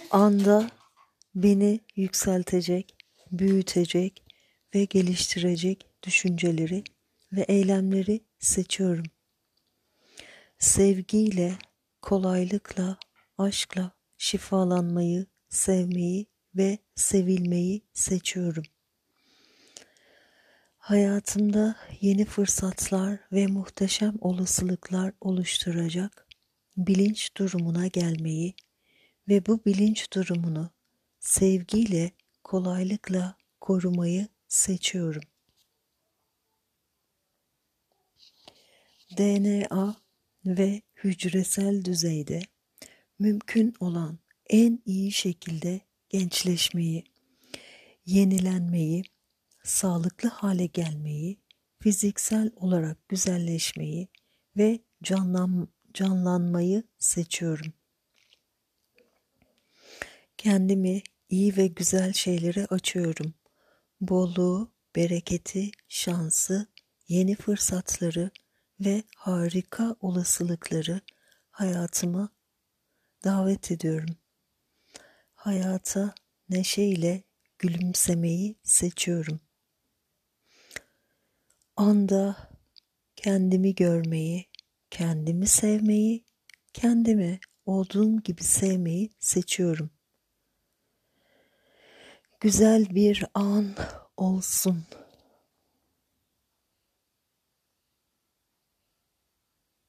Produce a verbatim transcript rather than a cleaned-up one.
Anda beni yükseltecek, büyütecek ve geliştirecek düşünceleri ve eylemleri seçiyorum. Sevgiyle, kolaylıkla, aşkla şifalanmayı, sevmeyi ve sevilmeyi seçiyorum. Hayatımda yeni fırsatlar ve muhteşem olasılıklar oluşturacak bilinç durumuna gelmeyi ve bu bilinç durumunu sevgiyle, kolaylıkla korumayı seçiyorum. D N A ve hücresel düzeyde mümkün olan en iyi şekilde gençleşmeyi, yenilenmeyi, sağlıklı hale gelmeyi, fiziksel olarak güzelleşmeyi ve canlan, canlanmayı seçiyorum. Kendimi iyi ve güzel şeylere açıyorum. Bolluğu, bereketi, şansı, yeni fırsatları ve harika olasılıkları hayatıma davet ediyorum. Hayata neşeyle gülümsemeyi seçiyorum. Anda kendimi görmeyi, kendimi sevmeyi, kendimi olduğum gibi sevmeyi seçiyorum. Güzel bir an olsun.